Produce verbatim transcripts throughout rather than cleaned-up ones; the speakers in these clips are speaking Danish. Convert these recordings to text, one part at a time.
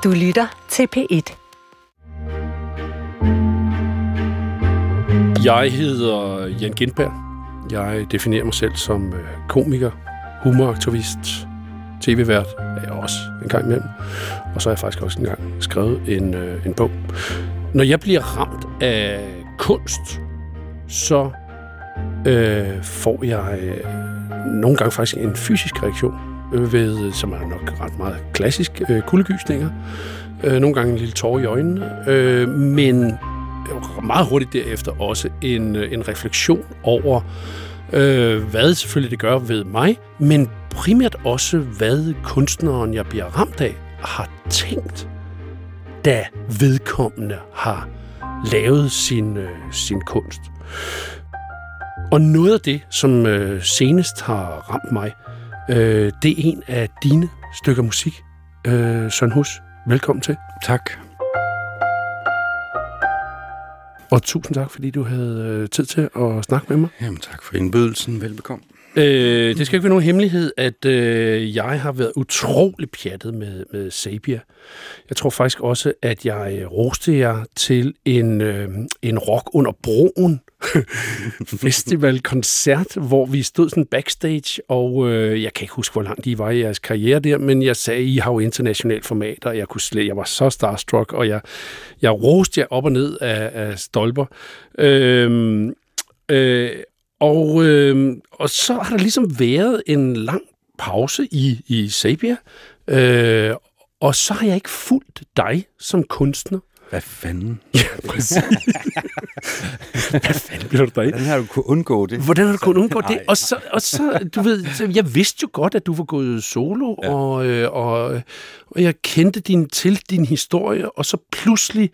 Du lytter til P et. Jeg hedder Jan Gintberg. Jeg definerer mig selv som komiker, humoraktivist, tv-vært er jeg også en gang imellem. Og så har jeg faktisk også engang skrevet en, en bog. Når jeg bliver ramt af kunst, så øh, får jeg øh, nogle gange faktisk en fysisk reaktion, øh, ved, som er nok ret meget klassisk, øh, kuldegysninger. Øh, nogle gange en lille tår i øjnene, øh, men meget hurtigt derefter også en, en refleksion over, øh, hvad selvfølgelig det gør ved mig, men primært også, hvad kunstneren, jeg bliver ramt af, har tænkt, da vedkommende har lavet sin, øh, sin kunst. Og noget af det, som øh, senest har ramt mig, øh, det er en af dine stykker musik. Øh, Søren Hus, velkommen til. Tak. Og tusind tak, fordi du havde øh, tid til at snakke med mig. Jamen tak for indbydelsen. Velbekomme. Øh, det skal ikke være nogen hemmelighed, at øh, jeg har været utrolig pjattet med, med Sabia. Jeg tror faktisk også, at jeg roste jer til en, øh, en rock under broen festivalkoncert, hvor vi stod sådan backstage, og øh, jeg kan ikke huske, hvor langt I var i jeres karriere der, men jeg sagde, I har jo internationalt format, og jeg, kunne slet, jeg var så starstruck, og jeg, jeg roste jer op og ned af, af stolper. Øh, øh, Og, øh, og så har der ligesom været en lang pause i, i Sabia, øh, og så har jeg ikke fulgt dig som kunstner. Hvad fanden? Ja, præcis. Hvad fanden bliver du der i? Hvordan har du kunnet undgå det? Hvordan har du kunnet undgå det? Og så, og så, du ved, jeg vidste jo godt, at du var gået solo, ja. og, øh, og, og jeg kendte din, til din historie, og så pludselig,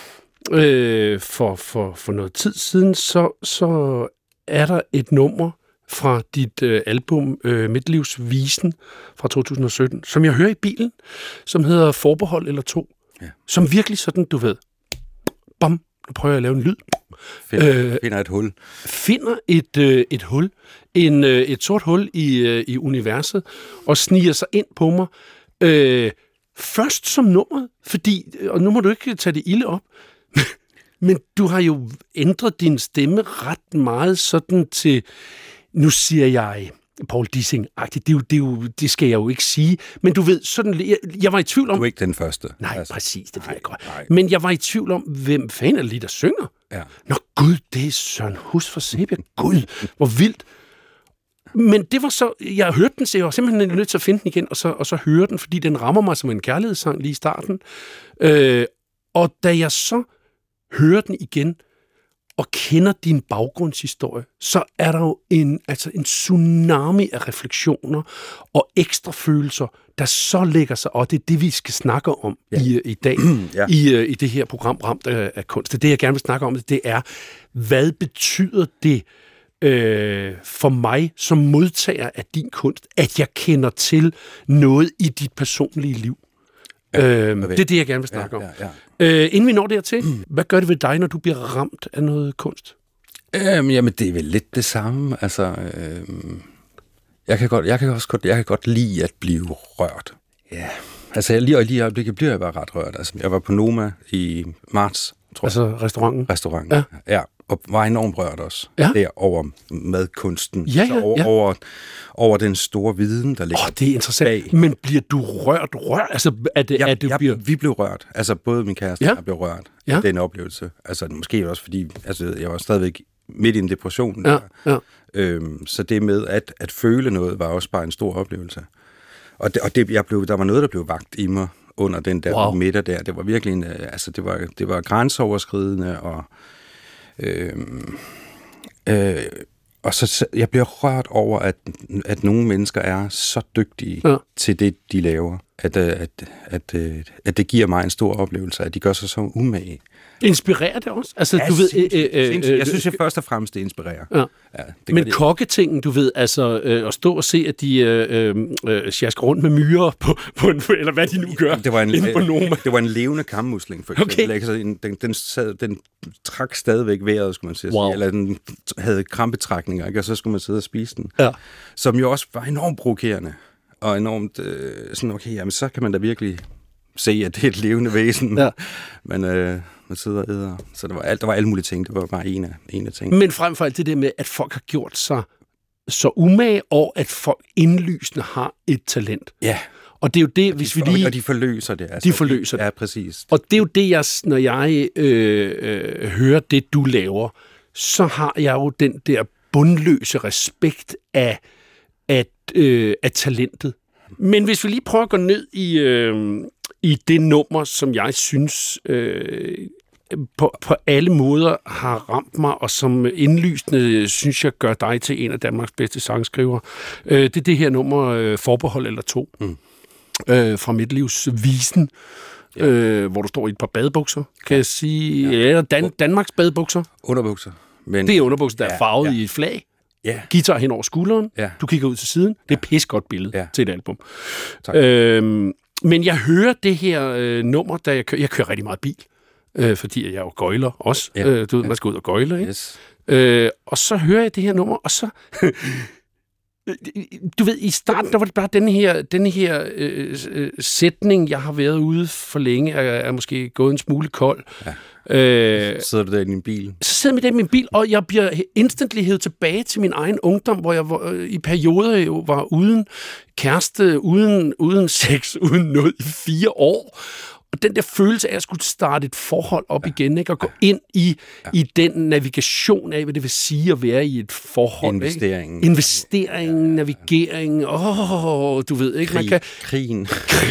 øh, for, for, for noget tid siden, så... så er der et nummer fra dit øh, album øh, Midtlivsvisen fra to tusind og sytten, som jeg hører i bilen, som hedder Forbehold eller to, ja. Som virkelig sådan, du ved, bam, nu prøver jeg at lave en lyd. Finder, øh, finder et hul. Finder et, øh, et hul, en, øh, et sort hul i, øh, i universet, og sniger sig ind på mig. Øh, først som nummeret, fordi, og nu må du ikke tage det ilde op, men du har jo ændret din stemme ret meget sådan til, nu siger jeg, Paul Dissing-agtigt, det, det, det skal jeg jo ikke sige, men du ved, sådan, jeg, jeg var i tvivl om... Du er ikke den første. Nej, altså, præcis, det ved jeg godt. Nej. Men jeg var i tvivl om, hvem fanden er det lige, der synger? Ja. Nå gud, det er Søren Hus fra Sabia. Gud, hvor vildt. Men det var så, jeg hørte den, så jeg var simpelthen nødt til at finde den igen, og så, og så høre den, fordi den rammer mig som en kærlighedssang lige i starten. Øh, og da jeg så hører den igen og kender din baggrundshistorie, så er der jo en, altså en tsunami af refleksioner og ekstra følelser, der så lægger sig, og det er det, vi skal snakke om ja. i, i dag, ja. i, i det her program Ramt af, af kunst. Det er det, jeg gerne vil snakke om, det er, hvad betyder det øh, for mig som modtager af din kunst, at jeg kender til noget i dit personlige liv? Ja, øh, det er det, jeg gerne vil snakke ja, ja, ja. om. Øh, inden vi når dertil, mm. hvad gør det ved dig, når du bliver ramt af noget kunst? Øhm, jamen, det er vel lidt det samme. Altså, øhm, jeg kan godt, jeg kan også godt, jeg kan godt lide at blive rørt. Ja. Altså, jeg, lige, og lige i øjeblikket bliver jeg bare ret rørt. Altså, jeg var på Noma i marts, tror jeg. Altså restauranten? Restauranten, ja. ja. Og var enormt rørt også. Ja. Der over madkunsten. Ja, ja, over, ja. over, over den store viden, der ligger Åh, oh, det er interessant. bag. Men bliver du rørt, rørt? Altså, er det, ja, er det ja, bliver... vi blev rørt. Altså, både min kæreste ja. og blev rørt ja. af den oplevelse. Altså, måske også fordi, altså, jeg var stadigvæk midt i en depression. Ja, ja. Øhm, så det med at, at føle noget, var også bare en stor oplevelse. Og, det, og det, jeg blev, der var noget, der blev vagt i mig under den der wow. middag der. Det var virkelig en, altså, det var, det var grænseoverskridende, og øhm, øh, og så jeg bliver rørt over, at, at nogle mennesker er så dygtige ja. til det, de laver, at, at, at, at det giver mig en stor oplevelse, at de gør sig så umage. Inspirerer det også? Altså, ja, du ved, sindssygt, øh, øh, øh, jeg synes, jeg først og fremmest, det inspirerer. Ja. Ja, det Men kokketingen, du ved, altså øh, at stå og se, at de øh, øh, sjasker rundt med myrer på, på en, eller hvad de nu gør, det var en, inde på Noma. Det var en levende kammusling, for eksempel. Okay. Altså, den, den, sad, den trak stadigvæk vejret, skulle man sige. Wow. Eller den havde krampetrækninger, ikke? Og så skulle man sidde og spise den. Ja. Som jo også var enormt provokerende. Og enormt øh, sådan, okay, jamen så kan man da virkelig se, at det er et levende væsen, ja. men øh, man sidder og æder. Så der var, alt, der var alle mulige ting, det var bare en af, en af ting. Men frem for alt det der med, at folk har gjort sig så umage, og at folk indlysende har et talent. Ja. Og det er jo det, hvis vi lige... Og de forløser det. Altså. De forløser det. Ja, præcis. Og det er jo det, jeg, når jeg øh, øh, hører det, du laver, så har jeg jo den der bundløse respekt af, af, øh, af talentet. Men hvis vi lige prøver at gå ned i, øh, i det nummer, som jeg synes øh, på, på alle måder har ramt mig, og som indlysende, synes jeg, gør dig til en af Danmarks bedste sangskrivere, øh, det er det her nummer, øh, Forbehold eller to. Mm. Øh, fra Midtlivsvisen, ja. øh, hvor du står i et par badebukser, kan ja. jeg sige. Ja. Eller Dan- Danmarks badebukser. Underbukser. Men... Det er underbukser, der ja, er farvet ja. i et flag. Ja. Guitar hen over skulderen. Ja. Du kigger ud til siden. Det er et pissegodt billede ja. til et album. Øhm, men jeg hører det her øh, nummer, da jeg kører, jeg kører rigtig meget bil, øh, fordi jeg er jo gøjler også. Ja. Øh, du ved, man skal ud og gøjler, ikke? Yes. Øh, og så hører jeg det her nummer, og så... Du ved, i starten, der var det bare den her, den her øh, øh, sætning, jeg har været ude for længe, er, er måske gået en smule kold. Ja. Øh, så sidder du der i din bil? Så sidder jeg der i min bil, og jeg bliver instantly hævet tilbage til min egen ungdom, hvor jeg var, øh, i perioder jo var uden kæreste, uden, uden sex, uden noget i fire år. Og den der følelse af at skulle starte et forhold op ja. igen, ikke? Og gå ind i, ja. i den navigation af, hvad det vil sige at være i et forhold. Investeringen. Ikke? Investeringen, ja. navigeringen, åh, oh, du ved ikke, Krig, man kan... Krigen.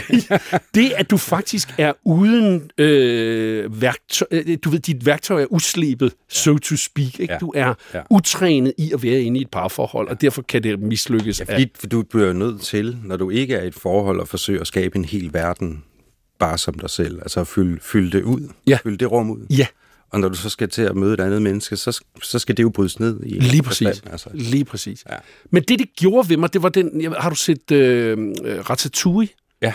Det, at du faktisk er uden øh, værktøj, du ved, dit værktøj er uslebet, ja. so to speak, ikke? Ja. Du er ja. utrænet i at være inde i et parforhold, ja. og derfor kan det mislykkes. Ja, fordi af... du bliver nødt til, når du ikke er i et forhold, at forsøge at skabe en hel verden, bare som dig selv, altså fylde, fylde det ud, ja. fylde det rum ud. Ja. Og når du så skal til at møde et andet menneske, så, så skal det jo brydes ned. I Lige præcis. Forstand, altså. Lige præcis. Ja. Men det, det gjorde ved mig, det var den... Jeg, har du set øh, Ratatouille? Ja.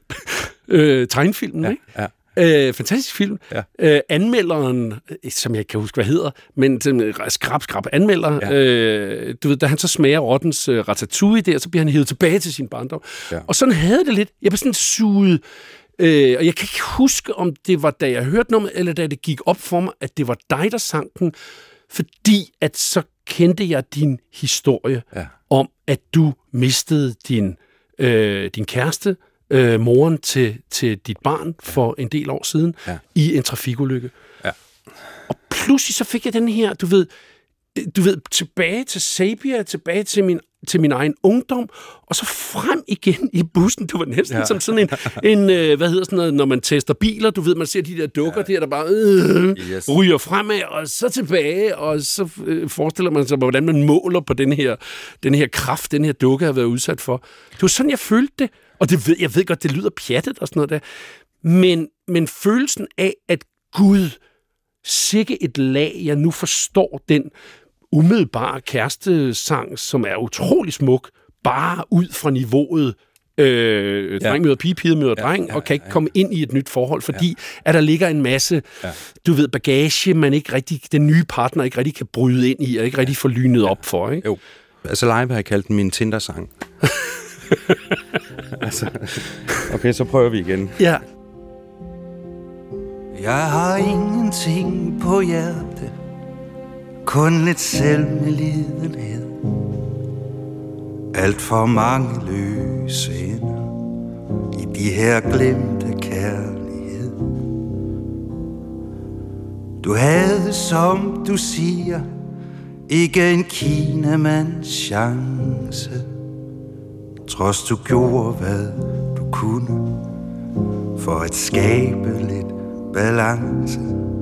øh, tegnefilmen, ja. ikke? Ja. Øh, fantastisk film. Ja. Øh, anmelderen, som jeg ikke kan huske, hvad hedder, men skrab, skrab anmelder, ja. øh, du ved, da han så smager rottens øh, ratatouille der, så bliver han hævet tilbage til sin barndom. Ja. Og sådan havde det lidt. Jeg blev sådan suget, øh, og jeg kan ikke huske, om det var, da jeg hørte noget, eller da det gik op for mig, at det var dig, der sang den, fordi at så kendte jeg din historie ja. om, at du mistede din, øh, din kæreste, Øh, moren til, til dit barn for en del år siden ja. i en trafikulykke. Ja. Og pludselig så fik jeg den her, du ved, du ved tilbage til Sabia, tilbage til min, til min egen ungdom, og så frem igen i bussen. Du var næsten ja. som sådan en, en øh, hvad hedder sådan noget, når man tester biler, du ved, man ser de der dukker ja. der, der bare øh, yes. ryger fremad, og så tilbage, og så øh, forestiller man sig, hvordan man måler på den her, den her kraft, den her dukke har været udsat for. Det var sådan, jeg følte det. Og det ved, jeg ved godt, det lyder pjattet og sådan noget der. Men, men følelsen af, at Gud, sikke et lag, jeg nu forstår den umiddelbare kærestesang, som er utrolig smuk, bare ud fra niveauet øh, ja. dreng møder pige, pige møder ja, dreng, ja, og kan ikke ja, ja. komme ind i et nyt forhold, fordi ja. at der ligger en masse, ja. du ved, bagage, man ikke rigtig, den nye partner ikke rigtig kan bryde ind i, og ikke rigtig få lynet ja. op for, ikke? Jo. Altså live har jeg kaldt den min Tinder-sang. altså, okay, så prøver vi igen. Ja. Jeg har ingenting på hjerte, kun lidt selvmedlidenhed. Alt for mange løse ender i de her glemte kærlighed. Du havde, som du siger, ikke en kinamands chance, trods du gjorde, hvad du kunne, for at skabe lidt balance.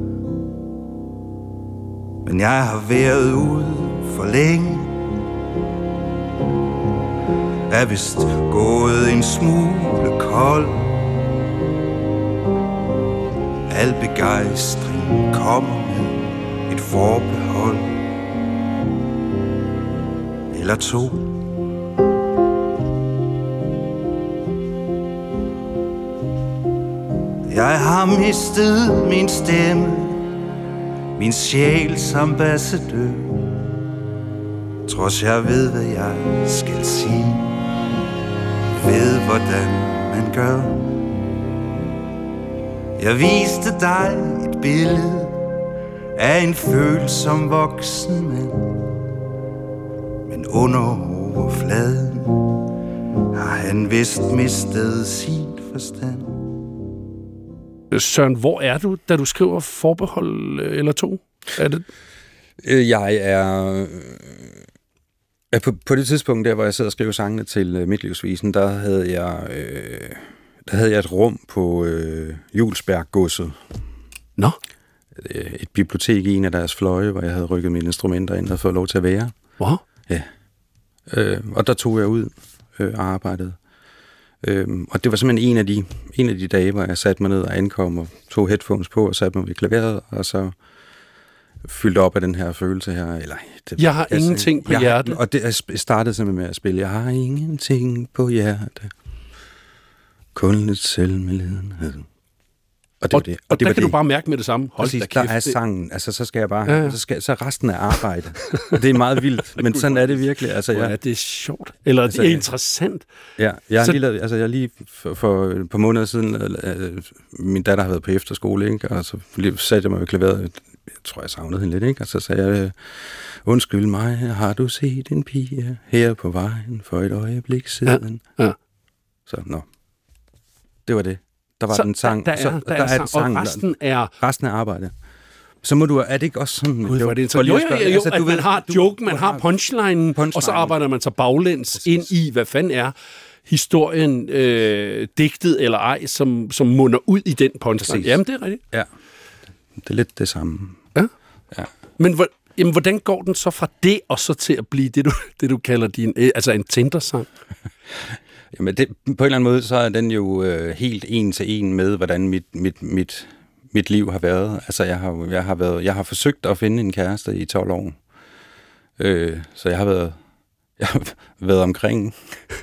Men jeg har været ude for længe, er vist gået en smule kold. Al begejstring kommer med et forbehold eller to. Jeg har mistet min stemme, min sjæls ambassadør, trods jeg ved, hvad jeg skal sige, ved hvordan man gør. Jeg viste dig et billede af en følsom voksen mand, men under overfladen har han vist mistet sin forstand. Søren, hvor er du, da du skriver Forbehold eller to? Er det? Jeg er... På, på det tidspunkt, der hvor jeg sad og skrev sangene til Midtlivsvisen, der havde jeg, øh, der havde jeg et rum på øh, Julsberg-godset. Nå? Et bibliotek i en af deres fløje, hvor jeg havde rykket mine instrumenter ind og fået lov til at være. Wow. Ja. Øh, og der tog jeg ud øh, og arbejdede. Øh, og det var simpelthen en af, de, en af de dage, hvor jeg satte mig ned og ankom og tog headphones på og satte mig ved klaveret, og så fyldte op af den her følelse her. Eller, det, jeg har altså, ingenting på jeg, hjertet. Og det jeg startede simpelthen med at spille. Jeg har ingenting på hjertet. Kun lidt selvmedlidenhed. Og det og, var det. Og, og det der var kan det. du bare mærke med det samme. Hold Præcis, da der kæft, er det... sangen. Altså, så skal jeg bare... Ja, ja. Så, skal, så resten af arbejde. Det er meget vildt, men sådan er det virkelig. Altså, jeg, ja, det er sjovt. Eller altså, det er interessant. Ja, jeg har så... lige, lavet, altså, jeg lige for, for et par måneder siden, øh, min datter har været på efterskole, ikke? Og så satte jeg mig ved klaveret. Jeg tror, jeg savnede hende lidt, ikke? Og så sagde jeg, undskyld mig, har du set en pige her på vejen for et øjeblik siden? Ja, ja. Så, nå. Det var det. Der var så den sang. Der, der, er, så, der, der er, er sang, sang, og resten er... Resten af arbejdet. Så må du... Er det ikke også sådan... Gud, var det så, jo, jo, jo, jo altså, at man ved, har joken, man har punchlinen, punchline. Og så arbejder man sig baglæns Præcis. ind i, hvad fanden er historien, øh, digtet eller ej, som, som munder ud i den punchline. Præcis. Jamen, det er rigtigt. Ja, det er lidt det samme. Ja? Ja. Men hvor, jamen, hvordan går den så fra det, og så til at blive det, du, det, du kalder din, altså en Tinder-sang? Jamen, det, på en eller anden måde, så er den jo øh, helt en til en med, hvordan mit, mit, mit, mit liv har været. Altså, jeg har, jeg, har været, jeg har forsøgt at finde en kæreste i tolv år. Øh, så jeg har været, jeg har været omkring.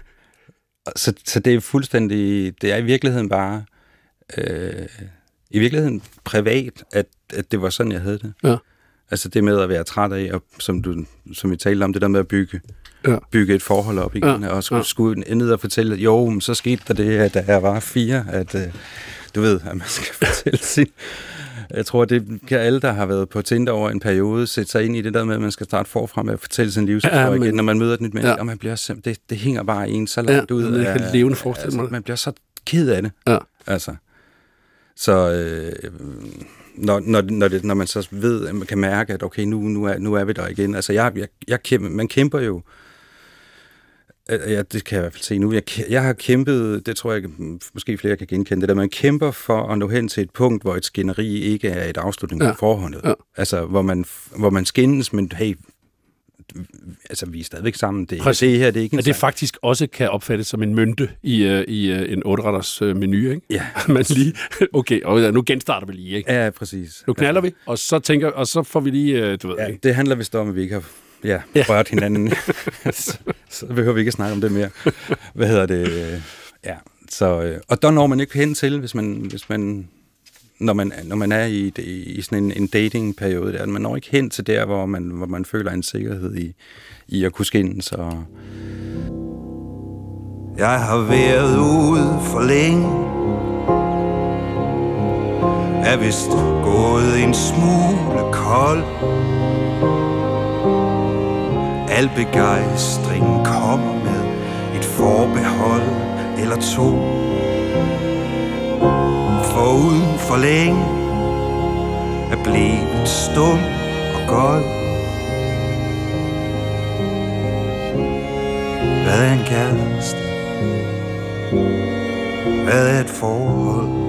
så, så det er fuldstændig, det er i virkeligheden bare, øh, i virkeligheden privat, at, at det var sådan, jeg havde det. Ja. Altså det med at være træt af, og som, du, som vi talte om, det der med at bygge, ja. bygge et forhold op igen, ja. og skulle, ja. skulle ned og fortælle, at jo, så skete der det, at der var fire, at uh, du ved, at man skal fortælle sin... Jeg tror, det kan alle, der har været på Tinder over en periode, sætte sig ind i det der med, at man skal starte forfra med at fortælle sin livshistorie ja, men... igen, når man møder et nyt menneske, ja. og man bliver sim- det, det hænger bare en så langt ja, ud. Det kan levende forestille mig. Altså, man bliver så ked af det. Ja. Altså. Så... Øh, Når, når, når, det, når man så ved, at man kan mærke, at okay, nu, nu, er, nu er vi der igen. Altså, jeg, jeg, jeg kæmper, man kæmper jo, ja, det kan jeg i hvert fald se nu, jeg, jeg har kæmpet, det tror jeg, måske flere kan genkende det der, man kæmper for at nå hen til et punkt, hvor et skænderi ikke er et afslutning på ja. forhåndet. Ja. Altså, hvor man, hvor man skændes, men hey, altså, vi er stadigvæk sammen. Det, det her, det er ikke en Men det faktisk også kan opfattes som en mønte i, uh, i uh, en otte-retters uh, menu, ikke? Ja. Man lige, okay, og nu genstarter vi lige, ikke? Ja, præcis. Nu knaller ja. vi, og så tænker, og så får vi lige, uh, du ved ja, ikke? Det handler vist om, at vi ikke har ja, ja. rørt hinanden. så, så behøver vi ikke at snakke om det mere. Hvad hedder det? Ja, så, og der når man ikke hen til, hvis man... Hvis man Når man, når man er i, i sådan en, en datingperiode, der, man når ikke hen til der, hvor man, hvor man føler en sikkerhed i, i at kunne skændes. Og... Jeg har været ude for længe, er vist gået en smule kold. Al begejstring kommer med et forbehold eller to. For uden for længe er blevet stum og gold. Hvad er en kæreste? Hvad er et forhold?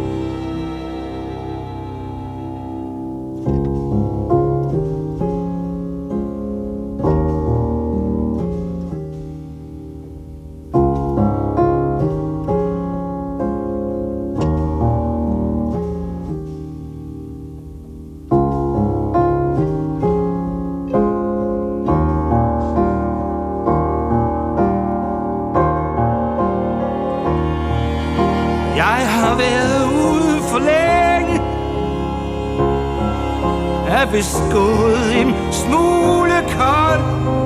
Vist gået en smule kold.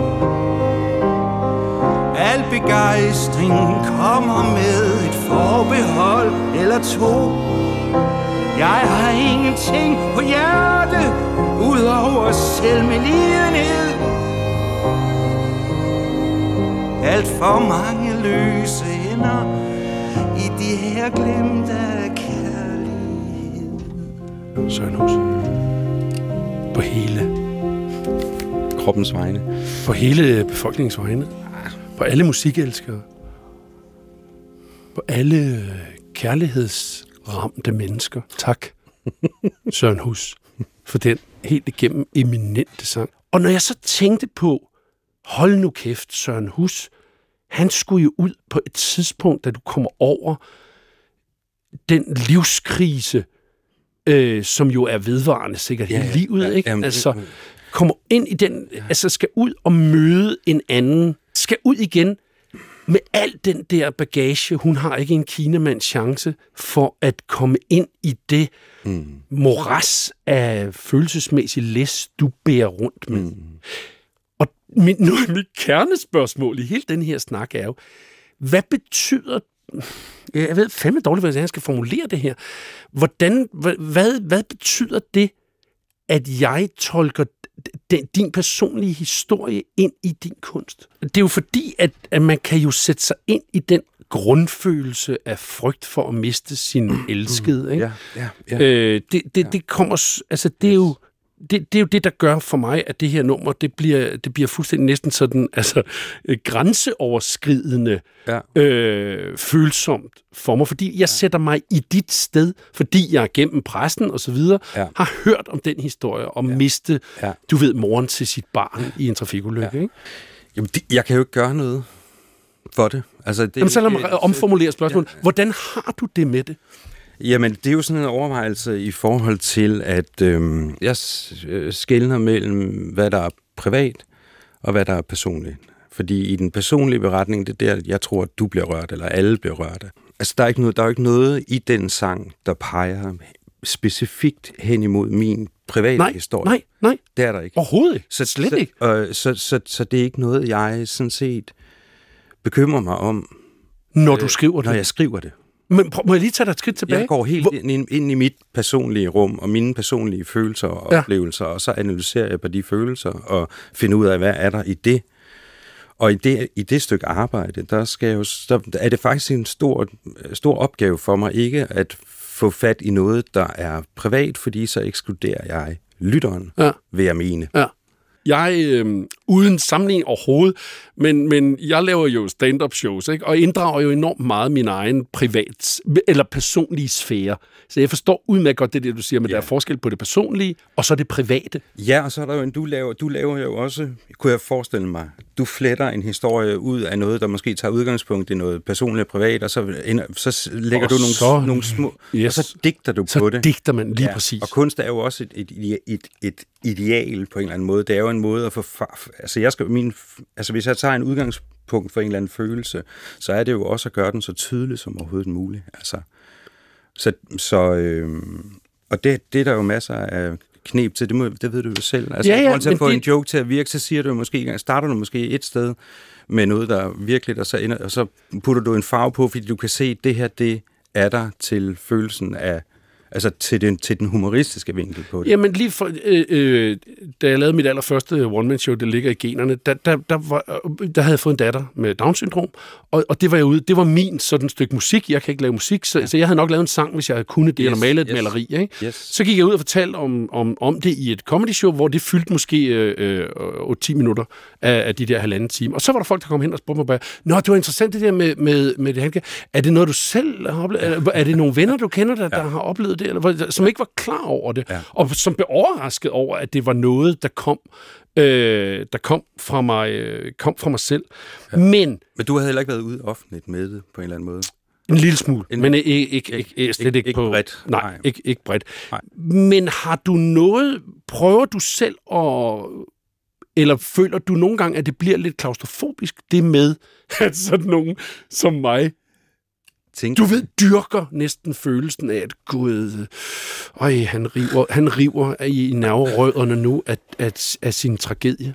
Al begejstring kommer med et forbehold eller to. Jeg har ingenting på hjerte, udover selvmedlidenhed. Alt for mange løse ender i de her glemte kærlighed. Søren Hus. På hele kroppens vegne. På hele befolkningens vegne. På alle musikelskere. På alle kærlighedsramte mennesker. Tak, Søren Hus, for den helt igennem eminente sang. Og når jeg så tænkte på, hold nu kæft, Søren Hus, han skulle jo ud på et tidspunkt, da du kommer over den livskrise, øh, som jo er vedvarende sikkert ja, i livet, ja, ikke? Jamen, altså, kommer ind i den, ja. altså skal ud og møde en anden, skal ud igen med al den der bagage. Hun har ikke en kinamands chance for at komme ind i det mm. moras af følelsesmæssig læs, du bærer rundt med. Mm. Og mit, nu er mit kernespørgsmål i hele den her snak er jo, hvad betyder, jeg ved fandme dårligt, hvordan jeg skal formulere det her, hvordan, hvad, hvad betyder det, at jeg tolker den, din personlige historie ind i din kunst? Det er jo fordi, at, at man kan jo sætte sig ind i den grundfølelse af frygt for at miste sin elskede. Ikke? Ja, ja, ja. Øh, det, det, det kommer, altså det er jo Det, det er jo det, der gør for mig, at det her nummer, det bliver, det bliver fuldstændig næsten sådan, altså grænseoverskridende, ja. øh, følsomt for mig, fordi jeg ja. sætter mig i dit sted, fordi jeg gennem pressen og så videre ja. har hørt om den historie, om ja. miste, ja. du ved, moren til sit barn i en trafikulykke, ja. ikke? Jamen, det, jeg kan jo ikke gøre noget for det. Altså, det Jamen, så lad mig omformulere spørgsmålet. Ja. Hvordan har du det med det? Jamen, det er jo sådan en overvejelse i forhold til, at øh, jeg skelner mellem, hvad der er privat, og hvad der er personligt. Fordi i den personlige beretning, det er der, jeg tror, at du bliver rørt, eller alle bliver rørt. Altså, der er ikke noget, der er ikke noget i den sang, der peger specifikt hen imod min private nej, historie. Nej, nej. Det er der ikke. Overhovedet så, slet så, ikke. Så, så, så, så det er ikke noget, jeg sådan set bekymrer mig om. Når du skriver det? Når jeg skriver det. Men må jeg lige tage dig et skridt tilbage? Jeg går helt ind, ind i mit personlige rum, og mine personlige følelser og ja. oplevelser, og så analyserer jeg på de følelser, og finder ud af, hvad er der i det. Og i det, i det stykke arbejde, der, skal jeg jo, der er det faktisk en stor, stor opgave for mig, ikke at få fat i noget, der er privat, fordi så ekskluderer jeg lytteren, ja. vil jeg mene. Ja. Jeg, øh, uden sammenligning overhovedet, men, men jeg laver jo stand-up shows, ikke? Og inddrager jo enormt meget min egen privat, eller personlige sfære. Så jeg forstår udmærket godt det, det du siger, men ja. der er forskel på det personlige, og så det private. Ja, og så er der jo en, du laver, du laver jo også, kunne jeg forestille mig, du fletter en historie ud af noget, der måske tager udgangspunkt i noget personligt og privat, og så, så lægger og du nogle, så, nogle små, yes. og så digter du så på det. Så digter man lige ja. præcis. Og kunst er jo også et, et, et, et ideal på en eller anden måde. Det er jo en måde at få... Altså, jeg skal, min, altså hvis jeg tager en udgangspunkt for en eller anden følelse, så er det jo også at gøre den så tydelig som overhovedet muligt. Altså, så, så, øh, og det, det er der jo masser af knep til, det, må, det ved du jo selv. Altså, ja, ja, i forhold til at få det... en joke til at virke, så siger du måske, starter du måske et sted med noget, der er virkeligt, og så, ender, og så putter du en farve på, fordi du kan se, at det her, det er der til følelsen af altså til den, til den humoristiske vinkel på det. Jamen lige for, øh, øh, da jeg lavede mit allerførste one-man-show, det ligger i generne, der, der, der, var, der havde jeg fået en datter med Down-syndrom, og, og det var jeg ude, det var min sådan et stykke musik, jeg kan ikke lave musik, så, ja. så jeg havde nok lavet en sang, hvis jeg havde kunnet det, yes, eller malet et yes. maleri. Ikke? Yes. Så gik jeg ud og fortalte om, om, om det i et comedy-show, hvor det fyldte måske øh, øh, ti minutter af, af de der halvanden time. Og så var der folk, der kom hen og spurgte mig bare, nå, det var interessant det der med, med, med det handicap. Er det noget, du selv har oplevet? Er det nogle venner, du kender, der, ja. der har oplevet det? Eller, som ikke var klar over det, ja. og som blev overrasket over, at det var noget, der kom, øh, der kom fra mig, øh, kom fra mig selv. Ja. Men, men du havde heller ikke været ude offentligt med det på en eller anden måde? En lille smule, en, men ikke, ikke, ikke, ikke, slet ikke, ikke på... bredt. Nej, nej. Ikke, ikke bredt. Nej. Men har du noget... Prøver du selv at... Eller føler du nogle gange, at det bliver lidt klaustrofobisk, det med, at sådan nogen som mig... Tænker. Du ved, dyrker næsten følelsen af, at Gud, øj, han river, han river i nerverødderne nu af, af, af sin tragedie.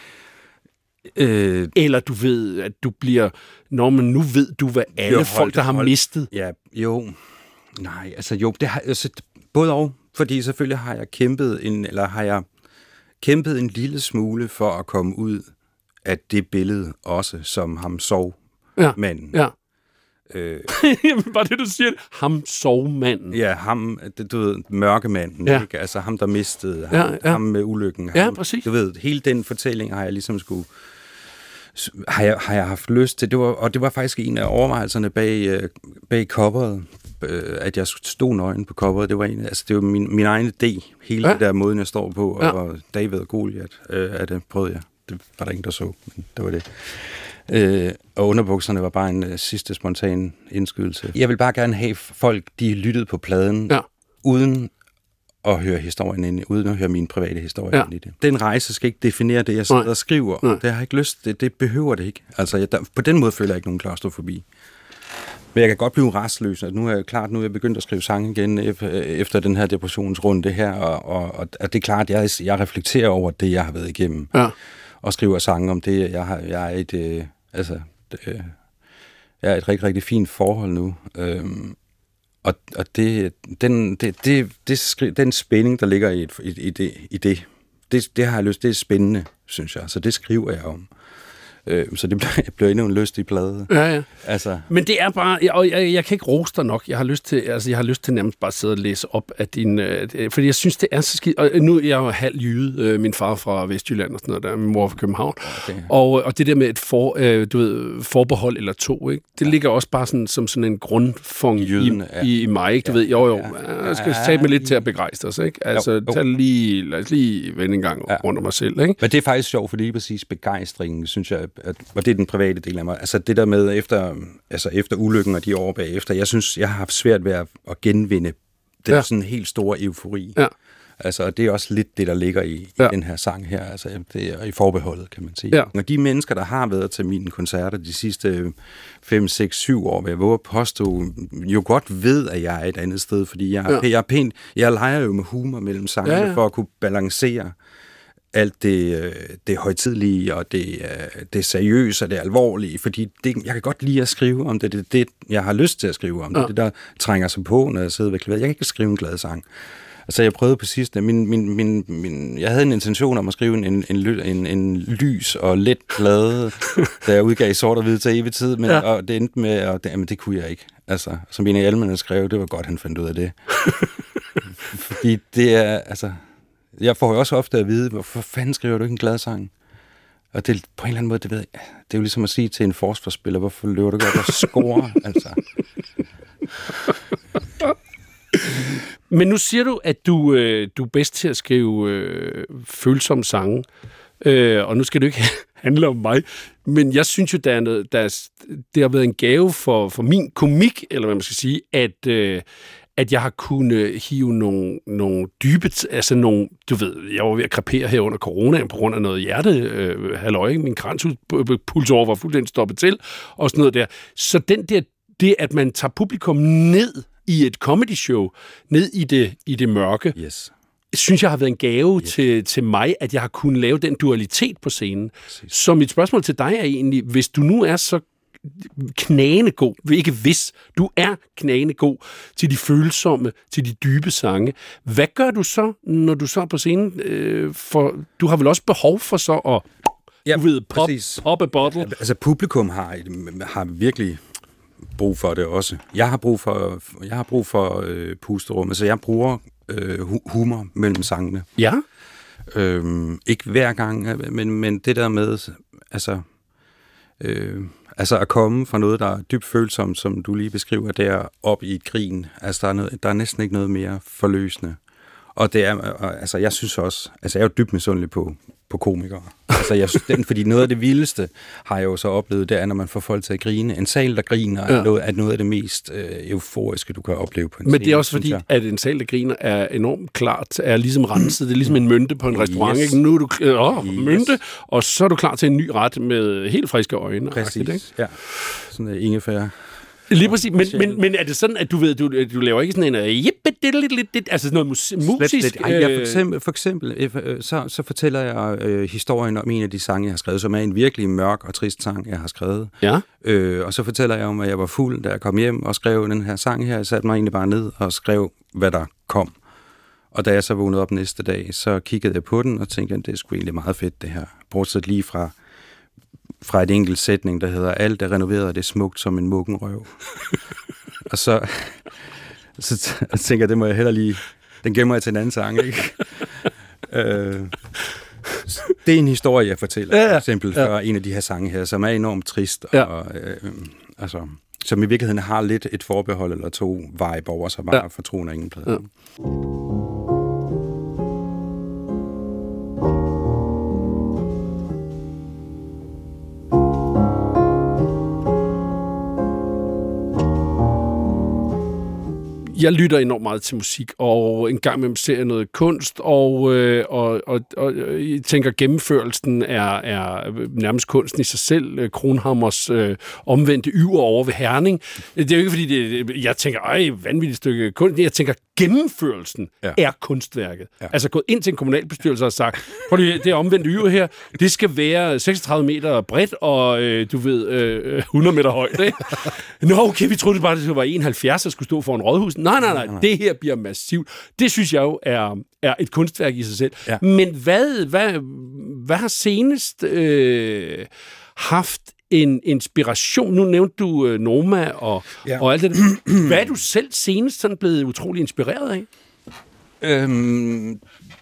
Øh, Eller du ved, at du bliver, når man nu ved du, hvad alle jo, folk, der har hold, mistet. Ja, jo, nej, altså jo, det har, altså, både og, fordi selvfølgelig har jeg kæmpet en, eller har jeg kæmpet en lille smule for at komme ud af det billede også, som ham sov ja. manden. Ja. Øh, Bare det, du siger, ham sovmanden. Ja, ham, det, du ved, mørkemanden, ja. Ikke? Altså ham, der mistede, ja, ham, ja. ham med ulykken. Ja, ham, præcis. Du ved, hele den fortælling har jeg ligesom skulle, har jeg, har jeg haft lyst til, det var, og det var faktisk en af overvejelserne bag, bag coveret, at jeg stod nøgen på coveret, det var en, altså det var min, min egen idé, hele ja. det der måden, jeg står på, ja. og David og Goliat, øh, at det prøvede jeg. Det var der ingen, der så, men det var det. Øh, og underbukserne var bare en uh, sidste spontan indskydelse. Jeg vil bare gerne have folk, de lyttede på pladen, ja. uden at høre historien ind, uden at høre min private historie ja. ind i det. Den rejse skal ikke definere det, jeg sidder Nej. og skriver. Nej. Det har jeg ikke lyst til. Det, det behøver det ikke. Altså, jeg, der, på den måde føler jeg ikke nogen klaustrofobi. Men jeg kan godt blive restløs. Nu er jeg klart, nu er jeg begyndt at skrive sange igen efter den her depressionsrunde her, og, og, og det er klart, jeg, jeg reflekterer over det, jeg har været igennem. Ja. Og skriver sange om det. Jeg, har, jeg er et, øh, altså, øh, jeg er et rigtig, rigtig fint forhold nu. Øhm, og og det, den, det, det, det skri, den spænding, der ligger i, et, i, i, det, i det, det, det har jeg lyst. Det er spændende, synes jeg. Så det skriver jeg om. Øh, så det bliver, bliver endnu en lystig plade. Ja, ja. Altså. Men det er bare, jeg, og jeg, jeg kan ikke rose dig nok. Jeg har lyst til, altså jeg har lyst til nærmest bare at sidde og læse op af din, øh, fordi jeg synes det er så skidt. Og nu er jeg jo halv jyde, øh, min far fra Vestjylland og sådan noget der, min mor fra København. Okay. Og, og det der med et for, øh, du ved, forbehold eller to, ikke? Det ja. ligger også bare sådan som sådan en grundfung i, ja. i, i mig, ikke? Du ja. ved, jo jo, ja. jeg skal ja. tage mig lidt til at begejstre sig, ikke? Altså, jo, jo. Tag lige, lad os lige vende en gang ja. rundt om mig selv, ikke? Men det er faktisk sjovt, for lige præcis begejstringen, synes jeg, at, og det er den private del af mig. Altså det der med efter, altså efter ulykken og de år bagefter, jeg synes, jeg har haft svært ved at, at genvinde den ja. sådan helt store eufori. Ja. Altså, det er også lidt det, der ligger i, ja. i den her sang her, altså det er i forbeholdet, kan man sige. Ja. Og de mennesker, der har været til mine koncerter de sidste fem, seks, syv år, vil jeg våge at påstå, jo godt ved, at jeg er et andet sted, fordi jeg, ja. jeg er pænt, jeg leger jo med humor mellem sangene, ja, ja. for at kunne balancere alt det, det højtidelige og det, det seriøse og det alvorlige, fordi det, jeg kan godt lide at skrive om det, det det, jeg har lyst til at skrive om det, ja. det der trænger sig på, når jeg sidder ved klaveret. Jeg kan ikke skrive en glad sang. Altså, jeg prøvede på sidste, min, min, min, min, jeg havde en intention om at skrive en, en, en, en lys og let plade, da jeg udgav Sort og Hvid til evig tid, men, ja. og det endte med, at det, jamen, det kunne jeg ikke. Altså, som en af Almen skrev, det var godt, han fandt ud af det. Fordi det er, altså... Jeg får jo også ofte at vide, hvorfor fanden skriver du ikke en glad sang? Og det på en eller anden måde, det ved jeg, det er jo ligesom at sige til en forsvarsspiller, hvorfor løber du godt og scorer, altså. Men nu siger du, at du, øh, du er bedst til at skrive øh, følsomme sange, øh, og nu skal det ikke handle om mig, men jeg synes jo, der er noget, der er, det har været en gave for, for min komik, eller hvad man skal sige, at... Øh, at jeg har kunnet hive nogle, nogle dybe, altså nogle, du ved, jeg var ved at krepere her under corona på grund af noget hjerte, øh, halløj, min kranspuls over var fuldstændig stoppet til, og sådan noget der. Så den der, det at man tager publikum ned i et comedy show, ned i det, i det mørke, yes. synes jeg har været en gave yes. til, til mig, at jeg har kunnet lave den dualitet på scenen. Præcis. Så mit spørgsmål til dig er egentlig, hvis du nu er så knagende god, ikke hvis, du er knagende god til de følsomme, til de dybe sange. Hvad gør du så, når du så er på scenen? Øh, for du har vel også behov for så at, ja, du ved, pop, pop a bottle? Altså publikum har, har virkelig brug for det også. Jeg har brug for, jeg har brug for øh, pusterum, altså jeg bruger øh, humor mellem sangene. Ja. Øhm, ikke hver gang, men, men det der med, altså... Øh, Altså at komme fra noget, der er dybt følsomt, som du lige beskriver, der op i et grin. Altså der er, noget, der er næsten ikke noget mere forløsende. Og det er, altså jeg synes også, altså jeg er jo dybt misundelig på, på komikere. Altså jeg synes, den, fordi noget af det vildeste har jeg jo så oplevet, det er, når man får folk til at grine. En sal, der griner, ja. er, noget, er noget af det mest øh, euforiske, du kan opleve på en Men scene. det er også fordi, jeg. at en sal, der griner, er enormt klart, er ligesom renset. Det er ligesom en mynte på en restaurant. Yes. Ikke? Nu er du, åh, yes. mynte, og så er du klar til en ny ret med helt friske øjne. Præcis, ikke? Ja. Sådan en ingefær. Lige præcis, men, men, men er det sådan, at du ved, du, du laver ikke sådan en jippediddeliddeliddet, altså sådan noget mus- musisk? Ej, ja, for eksempel, for eksempel så, så fortæller jeg øh, historien om en af de sange, jeg har skrevet, som er en virkelig mørk og trist sang, jeg har skrevet. Ja. Øh, og så fortæller jeg om, at jeg var fuld, da jeg kom hjem og skrev den her sang her. Jeg satte mig egentlig bare ned og skrev, hvad der kom. Og da jeg så vågnede op næste dag, så kiggede jeg på den og tænkte, at det er sgu egentlig meget fedt, det her. Bortset lige fra, fra et enkelt sætning, der hedder, alt er renoveret, og det er smukt som en muggenrøv. Og så, så t- jeg tænker jeg, det må jeg heller lige... Den gemmer jeg til en anden sang, ikke? øh, det er en historie, jeg fortæller, ja, ja. for eksempel, ja. for en af de her sange her, som er enormt trist, ja. og øh, altså, som i virkeligheden har lidt et forbehold eller to vibe over sig, bare ja. for troen af ingen plade. Ja. Jeg lytter enormt meget til musik, og en gang imellem ser jeg noget kunst, og, øh, og, og, og jeg tænker, gennemførelsen er, er nærmest kunsten i sig selv. Kronhammers øh, omvendte yver over ved Herning. Det er jo ikke, fordi det, jeg tænker, ej, vanvittigt stykke kunst. Jeg tænker, gennemførelsen ja. er kunstværket. Ja. Altså gået ind til en kommunalbestyrelse og sagt, prøv lige, det omvendte yver her, det skal være seksogtredive meter bredt, og øh, du ved, øh, hundrede meter højt. Ikke? Nå, okay, vi troede bare, det var enoghalvfjerds, der skulle stå foran rådhuset. Nej, nej, nej, nej, det her bliver massivt. Det synes jeg jo er, er et kunstværk i sig selv. Ja. Men hvad, hvad, hvad har senest øh, haft en inspiration? Nu nævnte du øh, Noma og, ja. og alt det der. Hvad er du selv senest sådan blevet utrolig inspireret af? Øhm,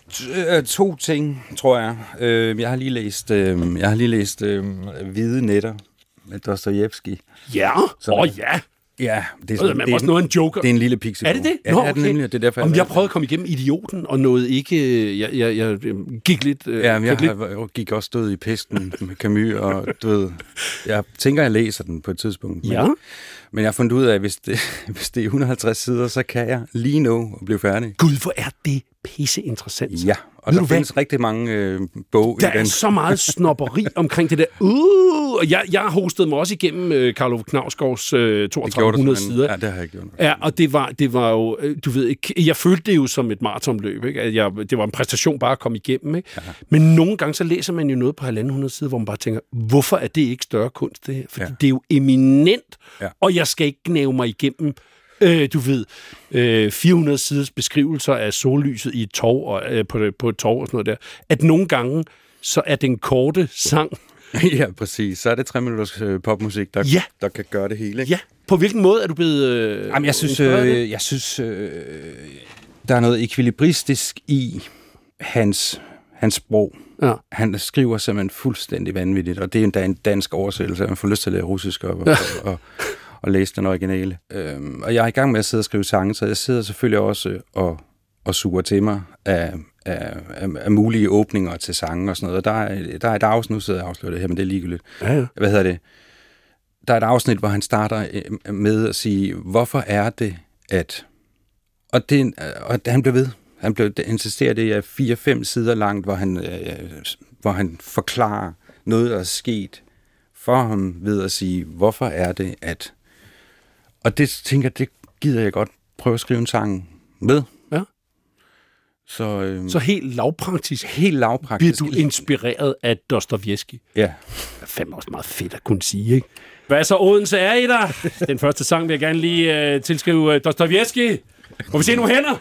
to ting, tror jeg. Øh, jeg har lige læst, øh, jeg har lige læst øh, Hvide Nætter med Dostojevskij. Ja, åh oh, ja. Ja, det er, sådan, det, er, også noget en joker. Det er en lille pixie. Er det det? Ja, Nå, okay. det er nemlig, det er derfor, jeg, jeg, jeg prøvede at komme igennem Idioten, og noget ikke... Jeg, jeg, jeg gik lidt... Ja, men jeg, lidt... jeg gik også stød i Pesten med Camus, og du ved... Jeg tænker, jeg læser den på et tidspunkt. Men, ja. men jeg har fundet ud af, at hvis det, hvis det er et hundrede og halvtreds sider, så kan jeg lige nå at blive færdig. Gud, hvor er det pisse interessant. Ja, og Ved der findes hvad? rigtig mange øh, bog der i den. Der er så meget snobberi omkring det der. Uh, og jeg, jeg hostede mig også igennem øh, Karl Ove Knausgårds øh, toogtredive hundrede sider. Ja, det har jeg gjort. Ja, og det var, det var jo, du ved ikke, jeg følte det jo som et maratonløb, ikke? At jeg, det var en præstation bare at komme igennem, ikke? Ja. Men nogle gange så læser man jo noget på halvanden hundrede sider, hvor man bare tænker, hvorfor er det ikke større kunst, det her? Fordi ja. det er jo eminent, ja. og jeg skal ikke gnæve mig igennem Øh, du ved, øh, fire hundrede siders beskrivelser af sollyset i et torv og, øh, på, på et torv og sådan noget der, at nogle gange, så er den korte sang... Ja, præcis. Så er det tre minutters øh, popmusik, der, ja. der kan gøre det hele. Ikke? Ja. På hvilken måde er du blevet... Øh, Jamen, jeg synes, øh, jeg synes øh, der er noget ekvilibristisk i hans, hans sprog. Ja. Han skriver simpelthen fuldstændig vanvittigt, og det er endda en dansk oversættelse, at man får lyst til at lære russisk og... Ja. og, og og læse den originale. Øhm, og jeg er i gang med at sidde og skrive sange, så jeg sidder selvfølgelig også og, og suger til mig af, af, af, af mulige åbninger til sange og sådan noget. Og der er, der er et afsnit, nu sidder jeg og afslører det her, men det er ligegyldigt. Ja, ja. Hvad hedder det? Der er et afsnit, hvor han starter med at sige, hvorfor er det, at... Og, det, og han blev ved. Han blev insisterer det er fire-fem sider langt, hvor han, øh, hvor han forklarer noget, der er sket for ham ved at sige, hvorfor er det, at... Og det tænker jeg, det gider jeg godt prøve at skrive en sang med. Ja. Så, øhm, så helt lavpraktisk, helt lavpraktisk bliver du inspireret af Dostojevskij. Ja. Det er fandme også meget fedt at kunne sige, ikke? Hvad så Odense er i dig? Den første sang vil jeg gerne lige uh, tilskrive uh, Dostojevskij. Må vi se nogle hænder?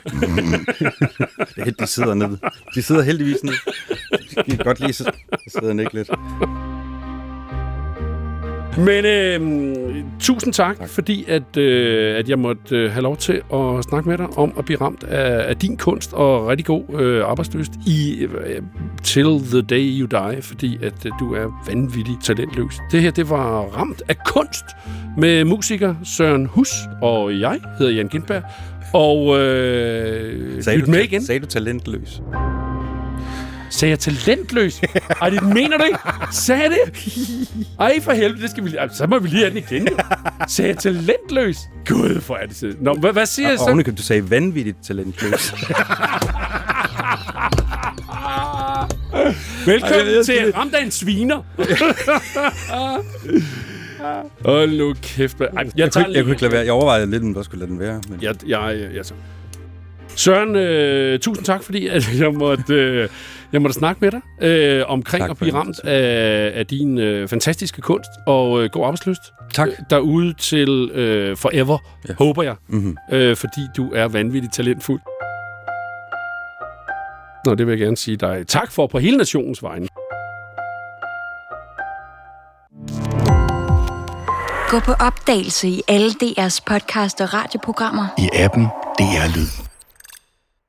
Det, de sidder nede. De sidder heldigvis nede. De kan godt lide, så sidder ikke lidt. Men øh, tusind tak, tak, fordi at, øh, at jeg måtte øh, have lov til at snakke med dig om at blive ramt af, af din kunst og rigtig god øh, arbejdsløst i øh, Till the Day You Die, fordi at øh, du er vanvittig talentløs. Det her, det var Ramt af kunst med musiker Søren Hus, og jeg hedder Jan Gintberg, og øh, sagde, lyt du, med igen. Sagde du talentløs? Sagde jeg talentløs? Ej, det mener du ikke? Sagde jeg det? Ej, for helvede, det skal vi lige... Altså, så må vi lige have den igen. Sagde jeg talentløs? Gud, hvor er det så... Nå, hvad, hvad siger jeg så? Ovenikøbet, du sagde vanvittigt talentløs. Velkommen Ej, til Ramt af en sviner. Hold nu kæft. Ej, jeg, jeg, kunne, jeg kunne ikke lade være. Jeg overvejede lidt, om jeg skulle lade den være. Men... Jeg, jeg, jeg, jeg, så. Søren, øh, tusind tak, fordi at jeg måtte, øh, jeg måtte snakke med dig øh, omkring at blive ramt af, af din øh, fantastiske kunst og øh, god arbejdslyst. Tak. Derude til øh, forever, ja. Håber jeg, mm-hmm. øh, fordi du er vanvittigt talentfuld. Nå, det vil jeg gerne sige dig tak for på hele nationens vegne. Gå på opdagelse i alle D R's podcast og radioprogrammer. I appen D R Lyd.